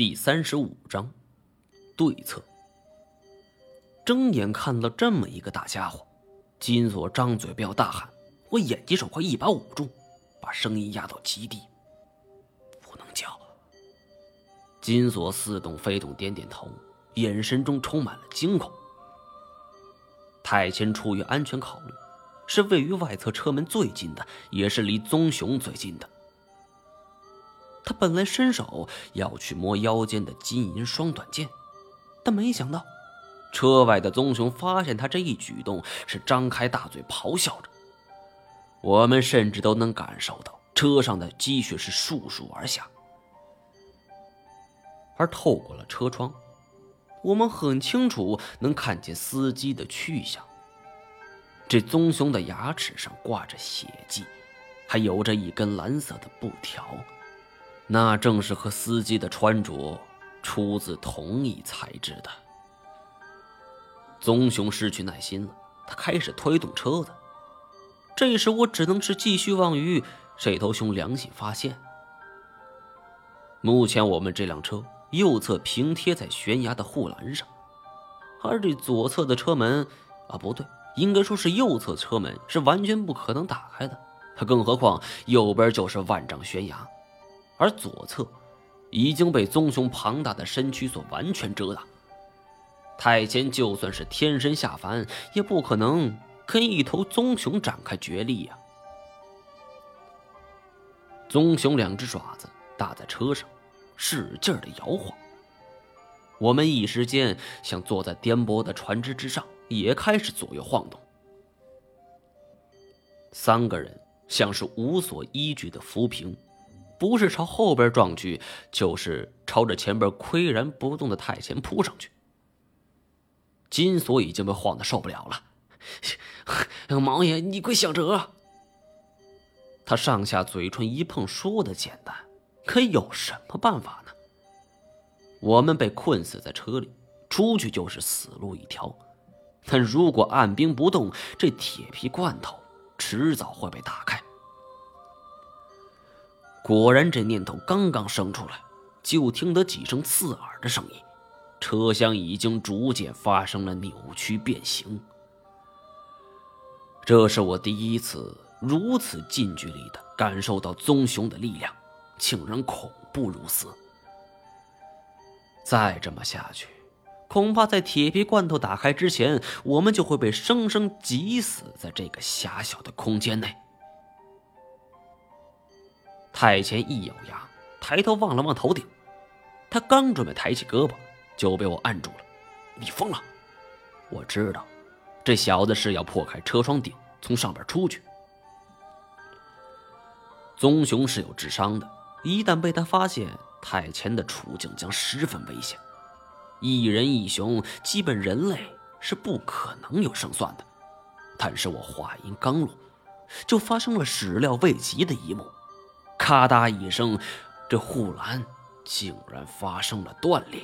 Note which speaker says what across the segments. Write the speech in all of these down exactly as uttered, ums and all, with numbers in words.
Speaker 1: 第三十五章对策。睁眼看到这么一个大家伙，金锁张嘴便要大喊，我眼疾手快一把捂住，把声音压到极低，不能叫。金锁似懂非懂点点头，眼神中充满了惊恐。太前出于安全考虑，是位于外侧车门最近的，也是离宗雄最近的。他本来伸手要去摸腰间的金银双短剑，但没想到车外的宗雄发现他这一举动，是张开大嘴咆哮着。我们甚至都能感受到车上的积雪是簌簌而下，而透过了车窗，我们很清楚能看见司机的去向。这宗雄的牙齿上挂着血迹，还有着一根蓝色的布条，那正是和司机的穿着出自同一材质的。宗雄失去耐心了，他开始推动车子。这时我只能是继续望于这头熊良心发现。目前我们这辆车右侧平贴在悬崖的护栏上，而这左侧的车门啊，不对，应该说是右侧车门是完全不可能打开的，更何况右边就是万丈悬崖，而左侧已经被宗雄庞大的身躯所完全遮挡。太监就算是天神下凡，也不可能跟一头宗雄展开决力呀、啊。宗雄两只爪子搭在车上，使劲的摇晃。我们一时间像坐在颠簸的船只之上，也开始左右晃动。三个人像是无所依据的浮萍，不是朝后边撞去，就是朝着前边岿然不动的太前扑上去。金锁已经被晃得受不了了，毛爷，你快想辙啊！他上下嘴唇一碰，说的简单，可有什么办法呢？我们被困死在车里，出去就是死路一条。但如果按兵不动，这铁皮罐头迟早会被打开。果然，这念头刚刚生出来，就听得几声刺耳的声音，车厢已经逐渐发生了扭曲变形。这是我第一次如此近距离的感受到宗雄的力量，竟然恐怖如斯。再这么下去，恐怕在铁皮罐头打开之前，我们就会被生生挤死在这个狭小的空间内。太前一咬牙，抬头望了望头顶，他刚准备抬起胳膊，就被我按住了。你疯了！我知道这小子是要破开车窗顶，从上边出去。宗雄是有智商的，一旦被他发现，太前的处境将十分危险。一人一熊，基本人类是不可能有胜算的。但是我话音刚落，就发生了始料未及的一幕。咔嗒一声，这护栏竟然发生了断裂。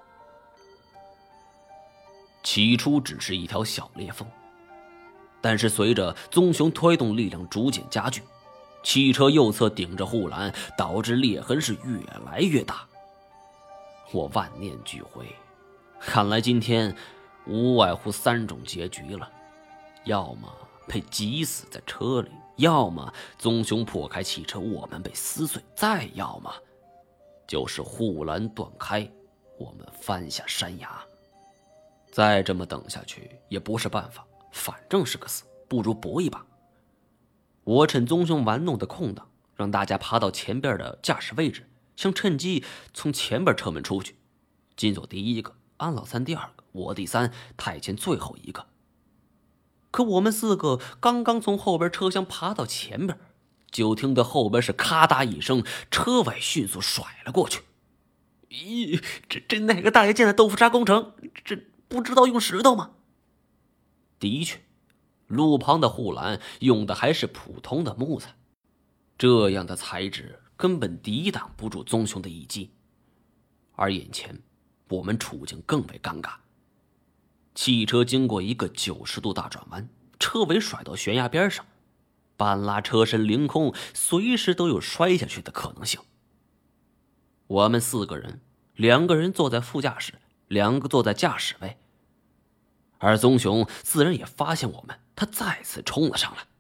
Speaker 1: 起初只是一条小裂缝，但是随着宗雄推动力量逐渐加剧，汽车右侧顶着护栏，导致裂痕是越来越大。我万念俱灰，看来今天无外乎三种结局了：要么被挤死在车里，要么宗雄破开汽车，我们被撕碎，再要么就是护栏断开，我们翻下山崖。再这么等下去也不是办法，反正是个死，不如搏一把。我趁宗雄玩弄的空档，让大家爬到前边的驾驶位置，想趁机从前边车门出去。金锁第一个，安老三第二个，我第三，太监最后一个。可我们四个刚刚从后边车厢爬到前边，就听得后边是咔嗒一声，车尾迅速甩了过去。咦，这这哪个大爷建的豆腐渣工程？这不知道用石头吗？的确，路旁的护栏用的还是普通的木材，这样的材质根本抵挡不住宗雄的一击。而眼前我们处境更为尴尬。汽车经过一个九十度大转弯，车尾甩到悬崖边上，半拉车身凌空，随时都有摔下去的可能性。我们四个人两个人坐在副驾驶，两个坐在驾驶位。而棕熊自然也发现我们，他再次冲了上来。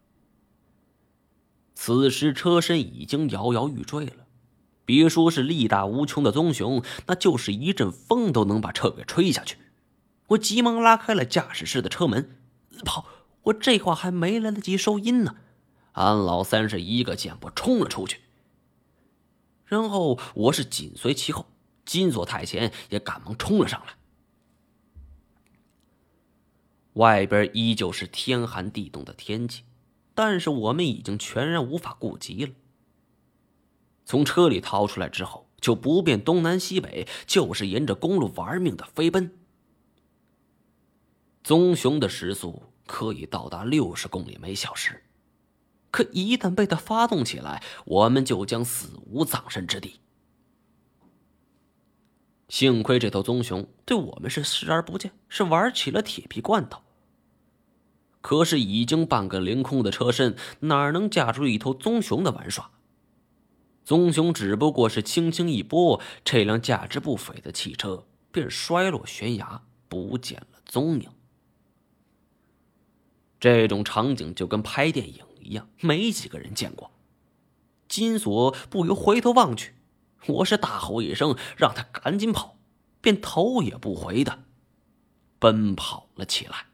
Speaker 1: 此时车身已经摇摇欲坠了，别说是力大无穷的棕熊，那就是一阵风都能把车给吹下去。我急忙拉开了驾驶室的车门，跑！我这话还没来得及收音呢，安老三是一个箭步冲了出去，然后我是紧随其后，金锁太前也赶忙冲了上来。外边依旧是天寒地冻的天气，但是我们已经全然无法顾及了。从车里逃出来之后，就不辨东南西北，就是沿着公路玩命的飞奔。棕熊的时速可以到达六十公里每小时，可一旦被它发动起来，我们就将死无葬身之地。幸亏这头棕熊对我们是视而不见，是玩起了铁皮罐头。可是已经半个凌空的车身，哪能架住一头棕熊的玩耍？棕熊只不过是轻轻一拨，这辆价值不菲的汽车便摔落悬崖，不见了踪影。这种场景就跟拍电影一样，没几个人见过。金锁不由回头望去，我是大吼一声，让他赶紧跑，便头也不回的奔跑了起来。